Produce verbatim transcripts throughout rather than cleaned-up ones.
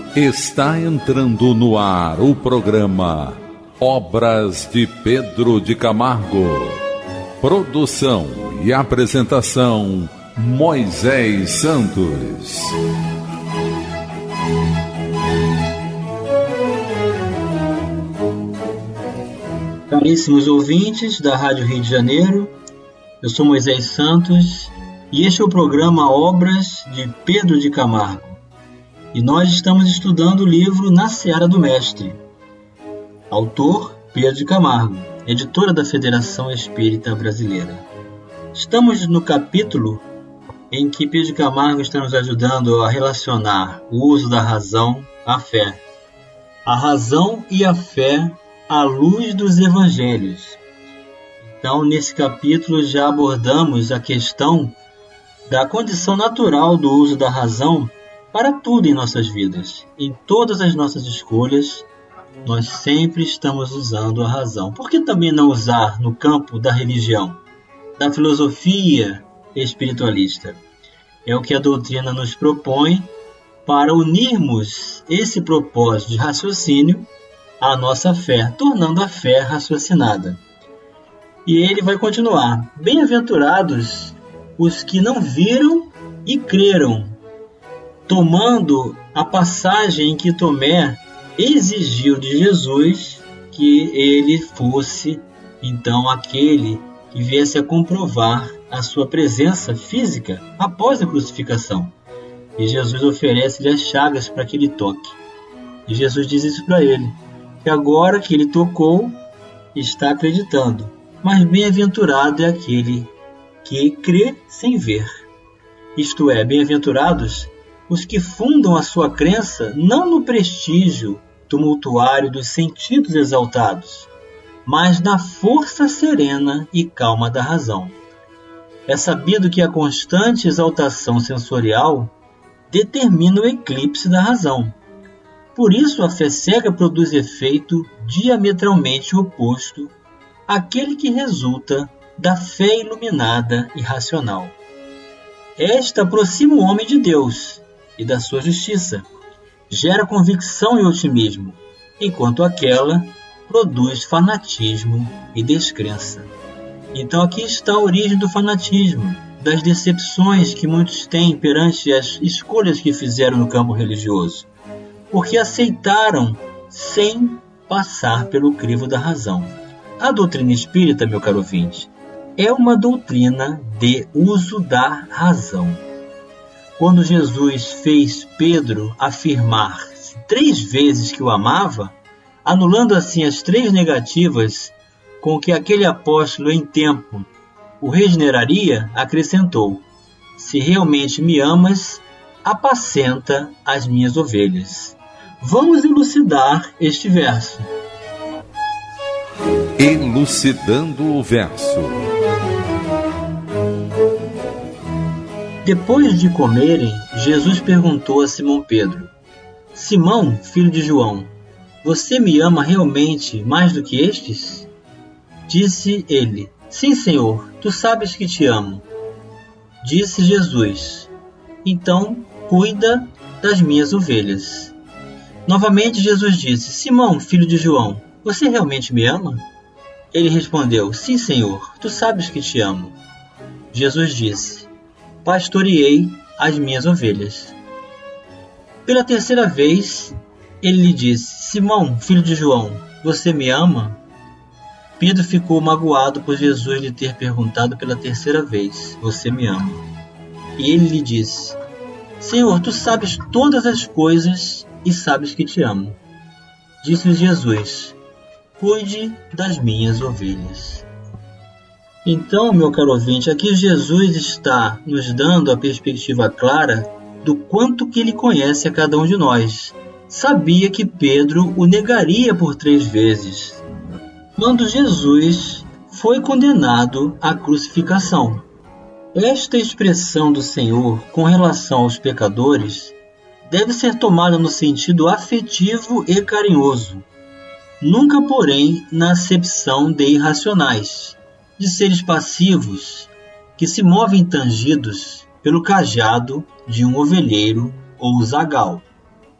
Está entrando no ar o programa Obras de Pedro de Camargo. Produção e apresentação Moisés Santos. Caríssimos ouvintes da Rádio Rio de Janeiro, eu sou Moisés Santos e este é o programa Obras de Pedro de Camargo. E nós estamos estudando o livro Na Seara do Mestre. Autor, Pedro de Camargo, editora da Federação Espírita Brasileira. Estamos no capítulo em que Pedro de Camargo está nos ajudando a relacionar o uso da razão à fé. A razão e a fé à luz dos evangelhos. Então, nesse capítulo já abordamos a questão da condição natural do uso da razão para tudo em nossas vidas. Em todas as nossas escolhas, nós sempre estamos usando a razão. Por que também não usar no campo da religião, da filosofia espiritualista? É o que a doutrina nos propõe para unirmos esse propósito de raciocínio à nossa fé, tornando a fé raciocinada. E ele vai continuar. Bem-aventurados os que não viram e creram, tomando a passagem em que Tomé exigiu de Jesus que ele fosse, então, aquele que viesse a comprovar a sua presença física após a crucificação. E Jesus oferece-lhe as chagas para que ele toque. E Jesus diz isso para ele, que agora que ele tocou, está acreditando. Mas bem-aventurado é aquele que crê sem ver. Isto é, bem-aventurados os que fundam a sua crença não no prestígio tumultuário dos sentidos exaltados, mas na força serena e calma da razão. É sabido que a constante exaltação sensorial determina o eclipse da razão. Por isso, a fé cega produz efeito diametralmente oposto àquele que resulta da fé iluminada e racional. Esta aproxima o homem de Deus e da sua justiça, gera convicção e otimismo, enquanto aquela produz fanatismo e descrença. Então aqui está a origem do fanatismo, das decepções que muitos têm perante as escolhas que fizeram no campo religioso, porque aceitaram sem passar pelo crivo da razão. A doutrina espírita, meu caro ouvinte, é uma doutrina de uso da razão. Quando Jesus fez Pedro afirmar três vezes que o amava, anulando assim as três negativas com que aquele apóstolo em tempo o regeneraria, acrescentou: se realmente me amas, apacenta as minhas ovelhas. Vamos elucidar este verso. Elucidando o verso. Depois de comerem, Jesus perguntou a Simão Pedro: Simão, filho de João, você me ama realmente mais do que estes? Disse ele: sim, Senhor, tu sabes que te amo. Disse Jesus: então cuida das minhas ovelhas. Novamente Jesus disse: Simão, filho de João, você realmente me ama? Ele respondeu: sim, Senhor, tu sabes que te amo. Jesus disse: pastoreei as minhas ovelhas. Pela terceira vez, ele lhe disse: Simão, filho de João, você me ama? Pedro ficou magoado por Jesus lhe ter perguntado pela terceira vez: você me ama? E ele lhe disse: Senhor, tu sabes todas as coisas e sabes que te amo. Disse-lhe Jesus: cuide das minhas ovelhas. Então, meu caro ouvinte, aqui Jesus está nos dando a perspectiva clara do quanto que ele conhece a cada um de nós. Sabia que Pedro o negaria por três vezes, quando Jesus foi condenado à crucificação. Esta expressão do Senhor com relação aos pecadores deve ser tomada no sentido afetivo e carinhoso, nunca, porém, na acepção de irracionais, de seres passivos que se movem tangidos pelo cajado de um ovelheiro ou zagal.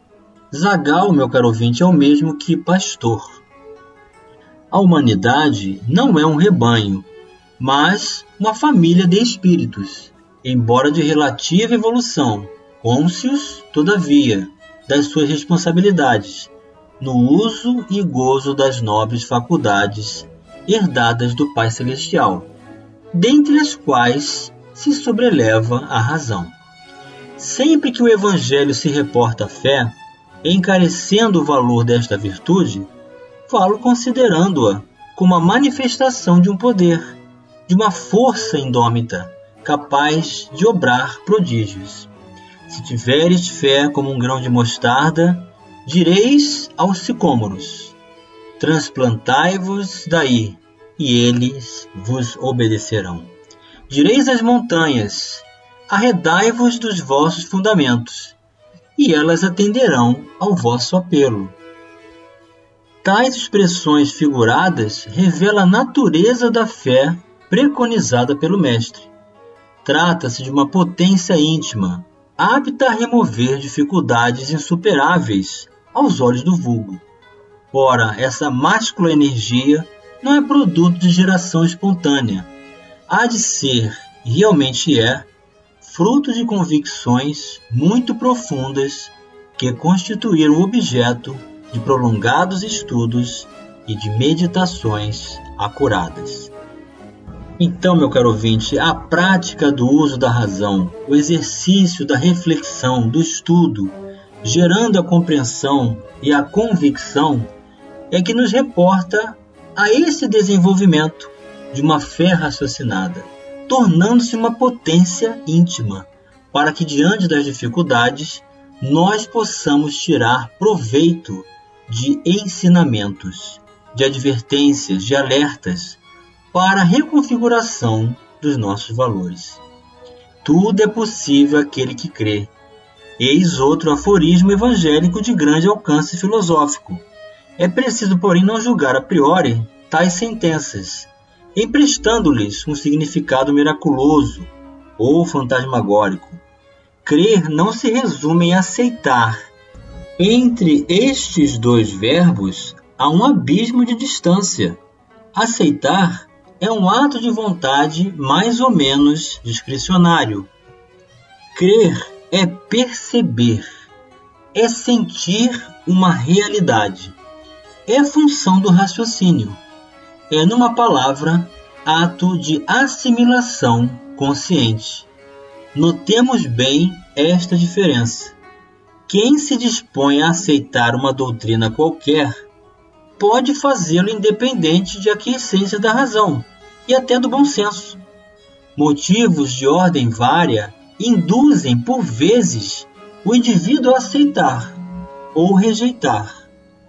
Zagal, meu caro ouvinte, é o mesmo que pastor. A humanidade não é um rebanho, mas uma família de espíritos, embora de relativa evolução, cônscios, todavia, das suas responsabilidades, no uso e gozo das nobres faculdades herdadas do Pai Celestial, dentre as quais se sobreleva a razão. Sempre que o Evangelho se reporta à fé, encarecendo o valor desta virtude, falo considerando-a como a manifestação de um poder, de uma força indômita, capaz de obrar prodígios. Se tiveres fé como um grão de mostarda, direis aos sicômoros: transplantai-vos daí, e eles vos obedecerão. Direis às montanhas: arredai-vos dos vossos fundamentos, e elas atenderão ao vosso apelo. Tais expressões figuradas revelam a natureza da fé preconizada pelo Mestre. Trata-se de uma potência íntima, apta a remover dificuldades insuperáveis aos olhos do vulgo. Ora, essa máscula energia não é produto de geração espontânea. Há de ser, e realmente é, fruto de convicções muito profundas que constituíram o objeto de prolongados estudos e de meditações acuradas. Então, meu caro ouvinte, a prática do uso da razão, o exercício da reflexão, do estudo, gerando a compreensão e a convicção, é que nos reporta a esse desenvolvimento de uma fé raciocinada, tornando-se uma potência íntima, para que diante das dificuldades nós possamos tirar proveito de ensinamentos, de advertências, de alertas, para a reconfiguração dos nossos valores. Tudo é possível àquele que crê. Eis outro aforismo evangélico de grande alcance filosófico. É preciso, porém, não julgar a priori tais sentenças, emprestando-lhes um significado miraculoso ou fantasmagórico. Crer não se resume em aceitar. Entre estes dois verbos há um abismo de distância. Aceitar é um ato de vontade mais ou menos discricionário. Crer é perceber, é sentir uma realidade, é função do raciocínio, é, numa palavra, ato de assimilação consciente. Notemos bem esta diferença. Quem se dispõe a aceitar uma doutrina qualquer pode fazê-lo independente de aquiescência da razão e até do bom senso. Motivos de ordem vária induzem, por vezes, o indivíduo a aceitar ou rejeitar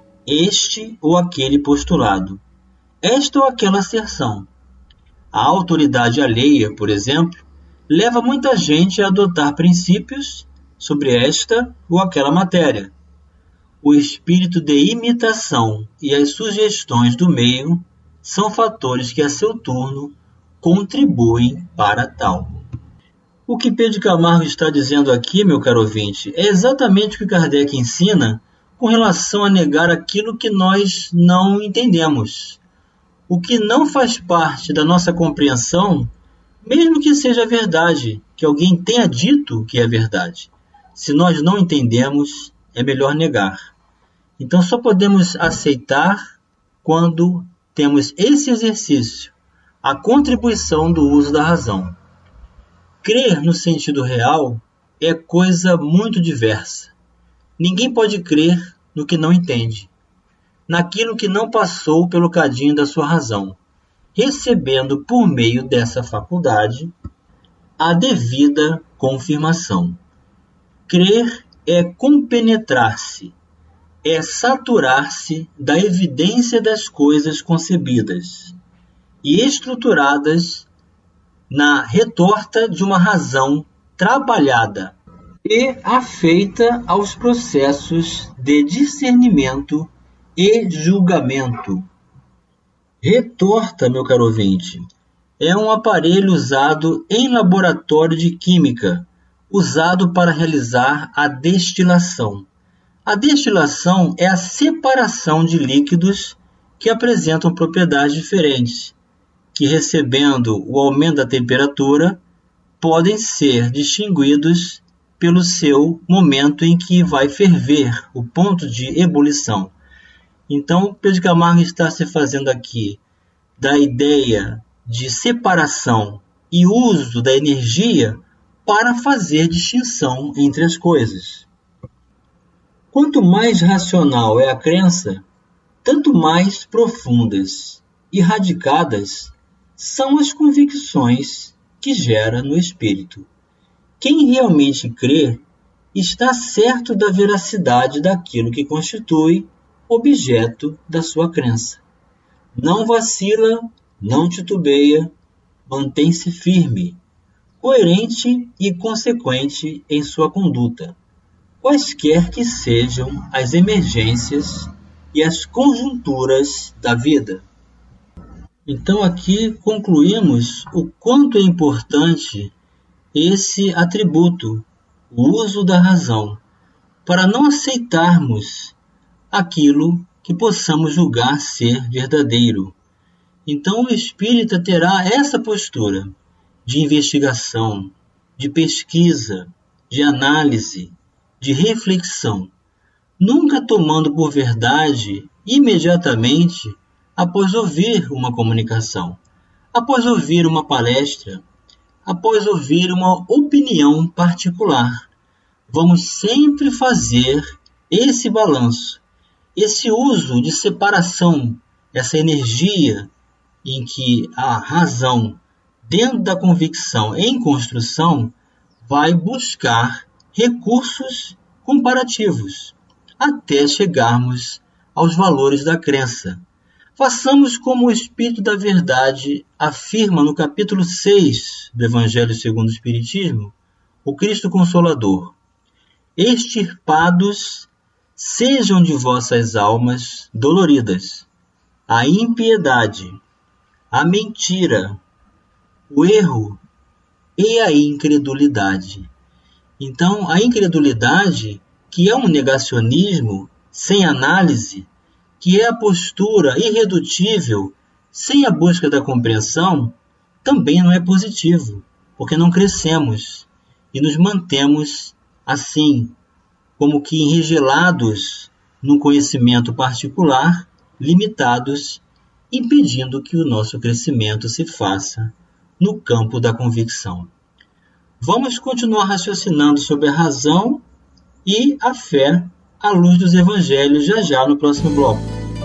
este ou aquele postulado, esta ou aquela asserção. A autoridade alheia, por exemplo, leva muita gente a adotar princípios sobre esta ou aquela matéria. O espírito de imitação e as sugestões do meio são fatores que, a seu turno, contribuem para tal. O que Pedro de Camargo está dizendo aqui, meu caro ouvinte, é exatamente o que Kardec ensina com relação a negar aquilo que nós não entendemos. O que não faz parte da nossa compreensão, mesmo que seja verdade, que alguém tenha dito que é verdade. Se nós não entendemos, é melhor negar. Então só podemos aceitar quando temos esse exercício, a contribuição do uso da razão. Crer no sentido real é coisa muito diversa. Ninguém pode crer no que não entende, naquilo que não passou pelo cadinho da sua razão, recebendo por meio dessa faculdade a devida confirmação. Crer é compenetrar-se, é saturar-se da evidência das coisas concebidas e estruturadas na retorta de uma razão trabalhada e afeita aos processos de discernimento e julgamento. Retorta, meu caro ouvinte, é um aparelho usado em laboratório de química, usado para realizar a destilação. A destilação é a separação de líquidos que apresentam propriedades diferentes, que, recebendo o aumento da temperatura, podem ser distinguidos pelo seu momento em que vai ferver, o ponto de ebulição. Então, Pedro de Camargo está se fazendo aqui da ideia de separação e uso da energia para fazer distinção entre as coisas. Quanto mais racional é a crença, tanto mais profundas e radicadas são as convicções que gera no espírito. Quem realmente crê está certo da veracidade daquilo que constitui objeto da sua crença. Não vacila, não titubeia, mantém-se firme, coerente e consequente em sua conduta, quaisquer que sejam as emergências e as conjunturas da vida. Então aqui concluímos o quanto é importante esse atributo, o uso da razão, para não aceitarmos aquilo que possamos julgar ser verdadeiro. Então o espírita terá essa postura de investigação, de pesquisa, de análise, de reflexão, nunca tomando por verdade imediatamente após ouvir uma comunicação, após ouvir uma palestra, após ouvir uma opinião particular. Vamos sempre fazer esse balanço, esse uso de separação, essa energia em que a razão, dentro da convicção em construção, vai buscar recursos comparativos, até chegarmos aos valores da crença. Façamos como o Espírito da Verdade afirma no capítulo seis do Evangelho segundo o Espiritismo, o Cristo Consolador: extirpados sejam de vossas almas doloridas a impiedade, a mentira, o erro e a incredulidade. Então, a incredulidade, que é um negacionismo sem análise, que é a postura irredutível sem a busca da compreensão, também não é positivo, porque não crescemos e nos mantemos assim, como que enregelados num conhecimento particular, limitados, impedindo que o nosso crescimento se faça no campo da convicção. Vamos continuar raciocinando sobre a razão e a fé à luz dos evangelhos já já no próximo bloco.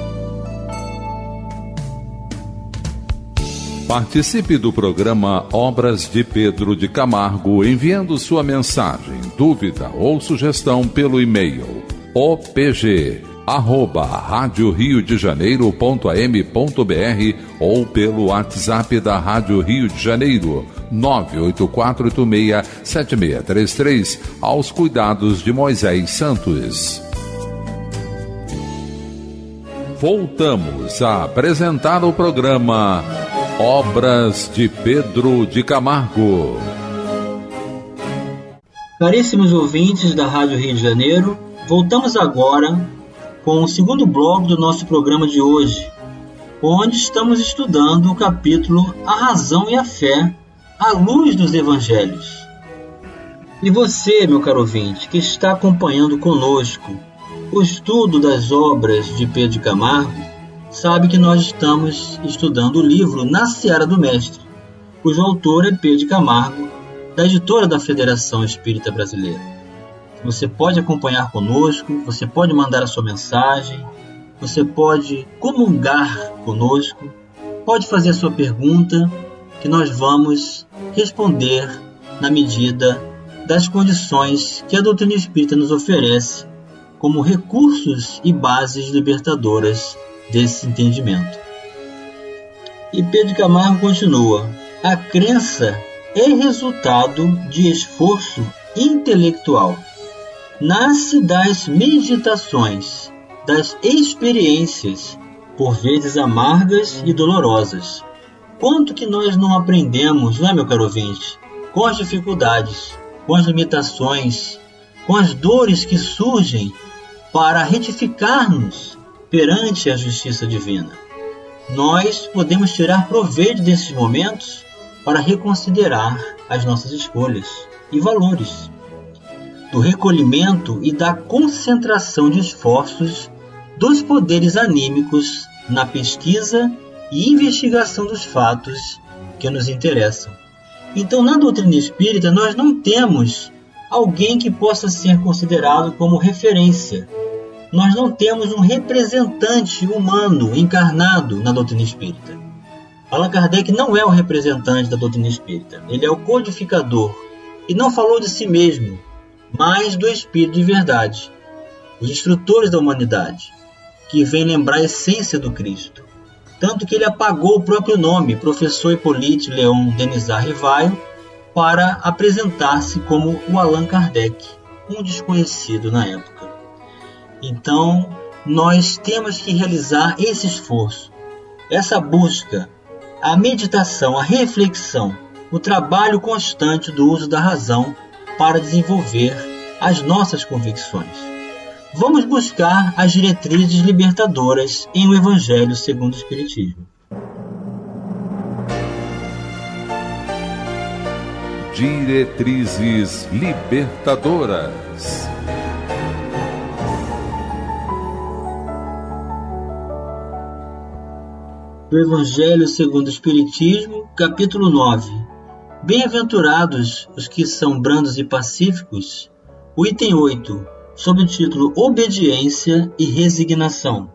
Participe do programa Obras de Pedro de Camargo enviando sua mensagem, dúvida ou sugestão pelo e-mail opg arroba rádio rio de janeiro ponto a m ponto b r ou pelo WhatsApp da Rádio Rio de Janeiro nove oito quatro oito seis sete seis três três aos cuidados de Moisés Santos. Voltamos a apresentar o programa Obras de Pedro de Camargo. Caríssimos ouvintes da Rádio Rio de Janeiro, voltamos agora com o segundo bloco do nosso programa de hoje, onde estamos estudando o capítulo A Razão e a Fé à luz dos Evangelhos. E você, meu caro ouvinte, que está acompanhando conosco o estudo das obras de Pedro de Camargo, sabe que nós estamos estudando o livro Na Seara do Mestre, cujo autor é Pedro de Camargo, da editora da Federação Espírita Brasileira. Você pode acompanhar conosco, você pode mandar a sua mensagem, você pode comungar conosco, pode fazer a sua pergunta, que nós vamos responder na medida das condições que a doutrina espírita nos oferece como recursos e bases libertadoras desse entendimento. E Pedro de Camargo continua: a crença é resultado de esforço intelectual. Nasce das meditações, das experiências, por vezes amargas e dolorosas. Quanto que nós não aprendemos, não é, meu caro ouvinte, com as dificuldades, com as limitações, com as dores que surgem para retificar-nos perante a justiça divina. Nós podemos tirar proveito desses momentos para reconsiderar as nossas escolhas e valores, do recolhimento e da concentração de esforços dos poderes anímicos na pesquisa e investigação dos fatos que nos interessam. Então, na doutrina espírita, nós não temos alguém que possa ser considerado como referência. Nós não temos um representante humano encarnado na doutrina espírita. Allan Kardec não é o representante da doutrina espírita. Ele é o codificador. E não falou de si mesmo, mas do Espírito de verdade, os instrutores da humanidade, que vem lembrar a essência do Cristo. Tanto que ele apagou o próprio nome, professor Hippolyte Léon Denisard Rivaio, para apresentar-se como o Allan Kardec, um desconhecido na época. Então, nós temos que realizar esse esforço, essa busca, a meditação, a reflexão, o trabalho constante do uso da razão para desenvolver as nossas convicções. Vamos buscar as diretrizes libertadoras em O Evangelho segundo o Espiritismo. Diretrizes libertadoras. Do Evangelho segundo o Espiritismo, capítulo nove. Bem-aventurados os que são brandos e pacíficos, o item oito, sob o título Obediência e Resignação.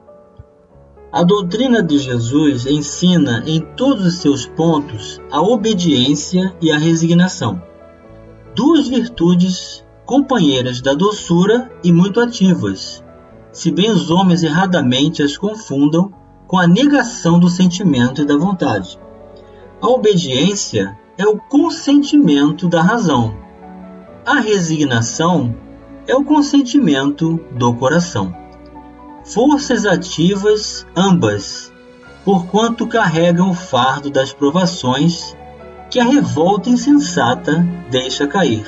A doutrina de Jesus ensina em todos os seus pontos a obediência e a resignação, duas virtudes companheiras da doçura e muito ativas, se bem os homens erradamente as confundam com a negação do sentimento e da vontade. A obediência é o consentimento da razão. A resignação é o consentimento do coração. Forças ativas ambas, porquanto carregam o fardo das provações que a revolta insensata deixa cair.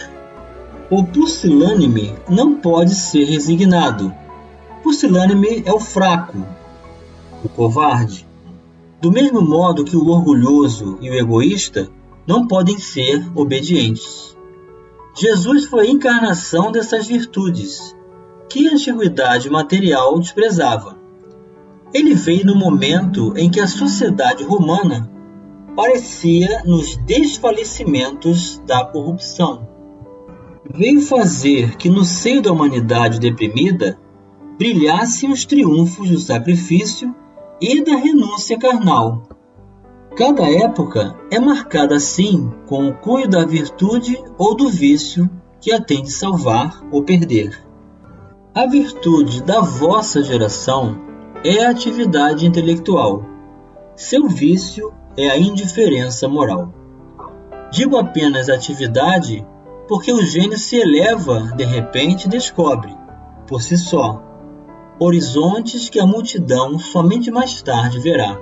O pusilânime não pode ser resignado. Pusilânime é o fraco, o covarde. Do mesmo modo que o orgulhoso e o egoísta não podem ser obedientes. Jesus foi a encarnação dessas virtudes, que a antiguidade material desprezava. Ele veio no momento em que a sociedade romana parecia nos desfalecimentos da corrupção. Veio fazer que no seio da humanidade deprimida brilhassem os triunfos do sacrifício e da renúncia carnal. Cada época é marcada assim com o cunho da virtude ou do vício que a tem de salvar ou perder. A virtude da vossa geração é a atividade intelectual. Seu vício é a indiferença moral. Digo apenas atividade porque o gênio se eleva de repente e descobre, por si só, horizontes que a multidão somente mais tarde verá.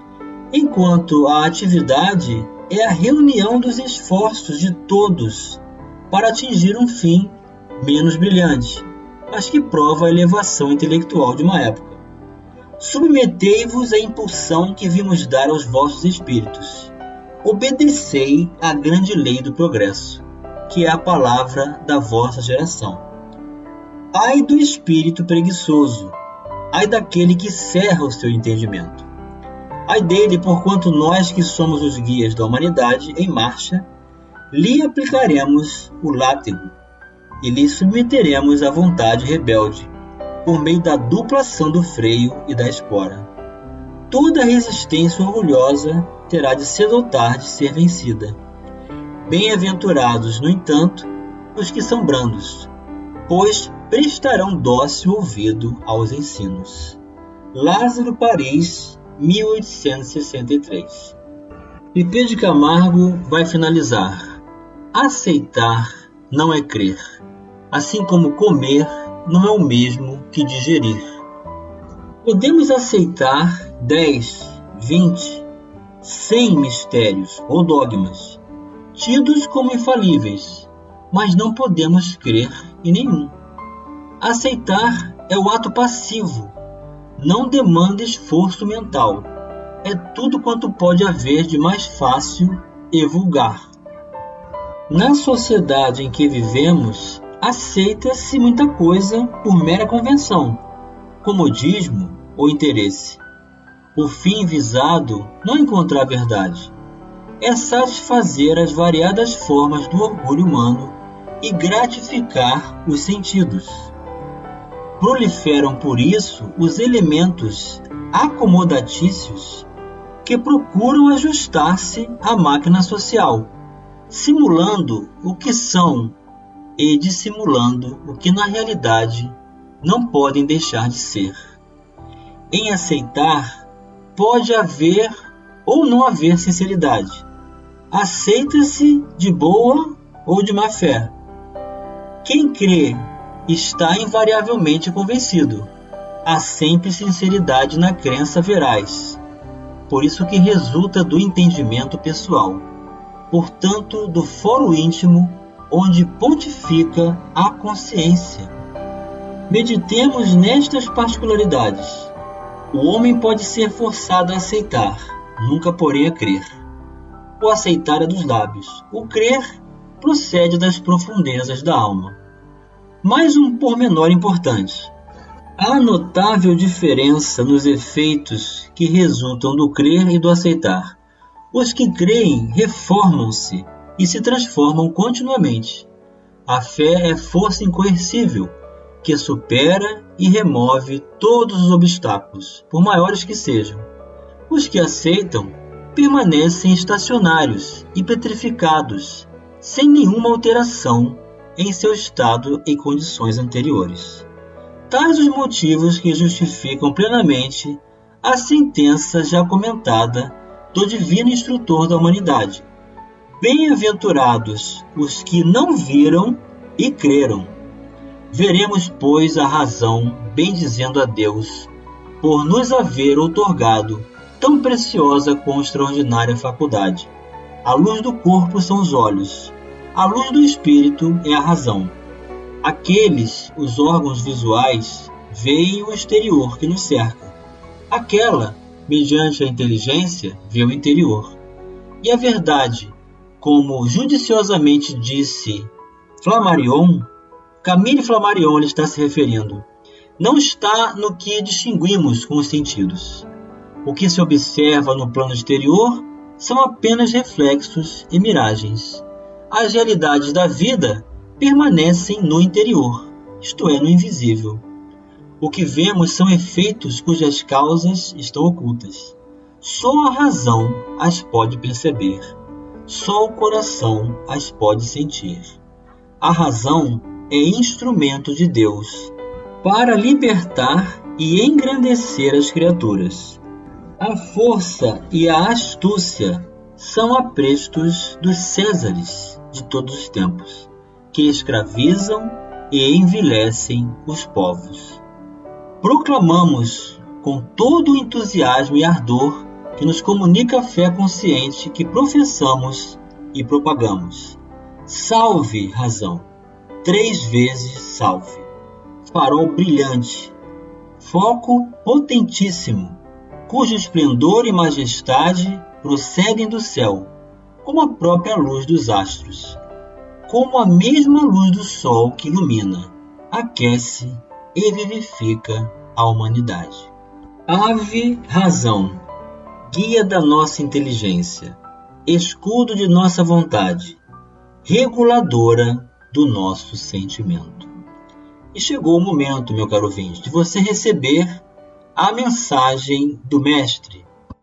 Enquanto a atividade é a reunião dos esforços de todos para atingir um fim menos brilhante, mas que prova a elevação intelectual de uma época. Submetei-vos à impulsão que vimos dar aos vossos espíritos. Obedecei à grande lei do progresso, que é a palavra da vossa geração. Ai do espírito preguiçoso, ai daquele que cerra o seu entendimento. Ai dele, porquanto nós que somos os guias da humanidade em marcha, lhe aplicaremos o látego e lhe submeteremos a vontade rebelde, por meio da dupla ação do freio e da espora. Toda resistência orgulhosa terá de cedo ou tarde ser vencida. Bem-aventurados, no entanto, os que são brandos, pois prestarão dócil ouvido aos ensinos. Lázaro Paris, mil oitocentos e sessenta e três. Pipê de Camargo vai finalizar. Aceitar não é crer, assim como comer não é o mesmo que digerir. Podemos aceitar dez, vinte, cem mistérios ou dogmas, tidos como infalíveis, mas não podemos crer em nenhum. Aceitar é o ato passivo, não demanda esforço mental. É tudo quanto pode haver de mais fácil e vulgar. Na sociedade em que vivemos, aceita-se muita coisa por mera convenção, comodismo ou interesse. O fim visado não é encontrar a verdade, é satisfazer as variadas formas do orgulho humano e gratificar os sentidos. Proliferam por isso os elementos acomodatícios que procuram ajustar-se à máquina social, simulando o que são e dissimulando o que na realidade não podem deixar de ser. Em aceitar, pode haver ou não haver sinceridade. Aceita-se de boa ou de má fé. Quem crê está invariavelmente convencido. Há sempre sinceridade na crença veraz. Por isso que resulta do entendimento pessoal, portanto do foro íntimo, onde pontifica a consciência. Meditemos nestas particularidades. O homem pode ser forçado a aceitar, nunca porém a crer. O aceitar é dos lábios, o crer procede das profundezas da alma. Mais um pormenor importante. Há notável diferença nos efeitos que resultam do crer e do aceitar. Os que creem reformam-se e se transformam continuamente. A fé é força incoercível, que supera e remove todos os obstáculos, por maiores que sejam. Os que aceitam permanecem estacionários e petrificados, sem nenhuma alteração em seu estado e condições anteriores. Tais os motivos que justificam plenamente a sentença já comentada do divino instrutor da humanidade. Bem-aventurados os que não viram e creram. Veremos, pois, a razão, bendizendo a Deus, por nos haver outorgado tão preciosa quão extraordinária faculdade. A luz do corpo são os olhos, a luz do espírito é a razão. Aqueles, os órgãos visuais, veem o exterior que nos cerca. Aquela, mediante a inteligência, vê o interior. E a verdade, como judiciosamente disse Flammarion, Camille Flammarion ele está se referindo, não está no que distinguimos com os sentidos. O que se observa no plano exterior são apenas reflexos e miragens. As realidades da vida permanecem no interior, isto é, no invisível. O que vemos são efeitos cujas causas estão ocultas. Só a razão as pode perceber. Só o coração as pode sentir. A razão é instrumento de Deus para libertar e engrandecer as criaturas. A força e a astúcia são aprestos dos Césares de todos os tempos, que escravizam e envilecem os povos. Proclamamos com todo o entusiasmo e ardor que nos comunica a fé consciente que professamos e propagamos. Salve, razão! Três vezes salve! Farol brilhante, foco potentíssimo, cujo esplendor e majestade procedem do céu, como a própria luz dos astros, como a mesma luz do sol que ilumina, aquece e vivifica a humanidade. Ave razão, guia da nossa inteligência, escudo de nossa vontade, reguladora do nosso sentimento. E chegou o momento, meu caro ouvinte, de você receber a mensagem do Mestre.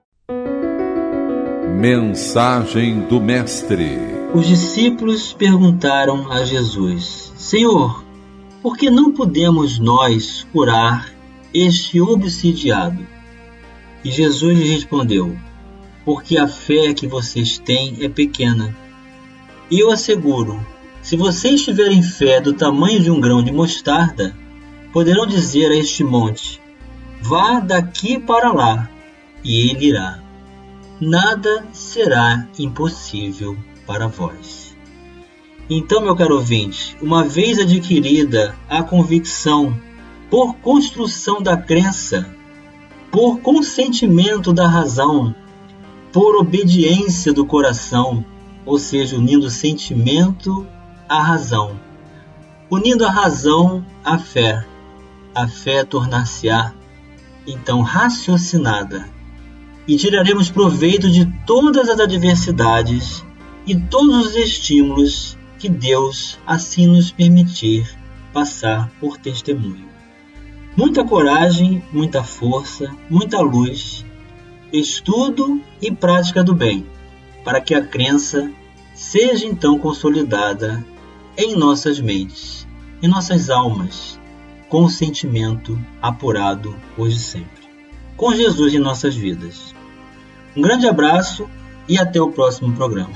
Mensagem do Mestre. Os discípulos perguntaram a Jesus: Senhor, por que não podemos nós curar este obsidiado? E Jesus lhe respondeu: porque a fé que vocês têm é pequena. E eu asseguro, se vocês tiverem fé do tamanho de um grão de mostarda, poderão dizer a este monte: vá daqui para lá, e ele irá. Nada será impossível para vós. Então, meu caro ouvinte, uma vez adquirida a convicção por construção da crença, por consentimento da razão, por obediência do coração, ou seja, unindo o sentimento à razão, unindo a razão à fé, a fé tornar-se-á, então, raciocinada, e tiraremos proveito de todas as adversidades e todos os estímulos que Deus assim nos permitir passar por testemunho. Muita coragem, muita força, muita luz, estudo e prática do bem, para que a crença seja então consolidada em nossas mentes, em nossas almas, com o sentimento apurado hoje e sempre, com Jesus em nossas vidas. Um grande abraço e até o próximo programa.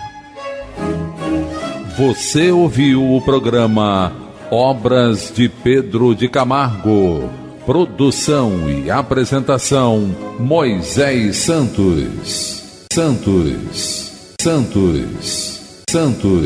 Você ouviu o programa Obras de Pedro de Camargo. Produção e apresentação Moisés Santos. Santos. Santos. Santos.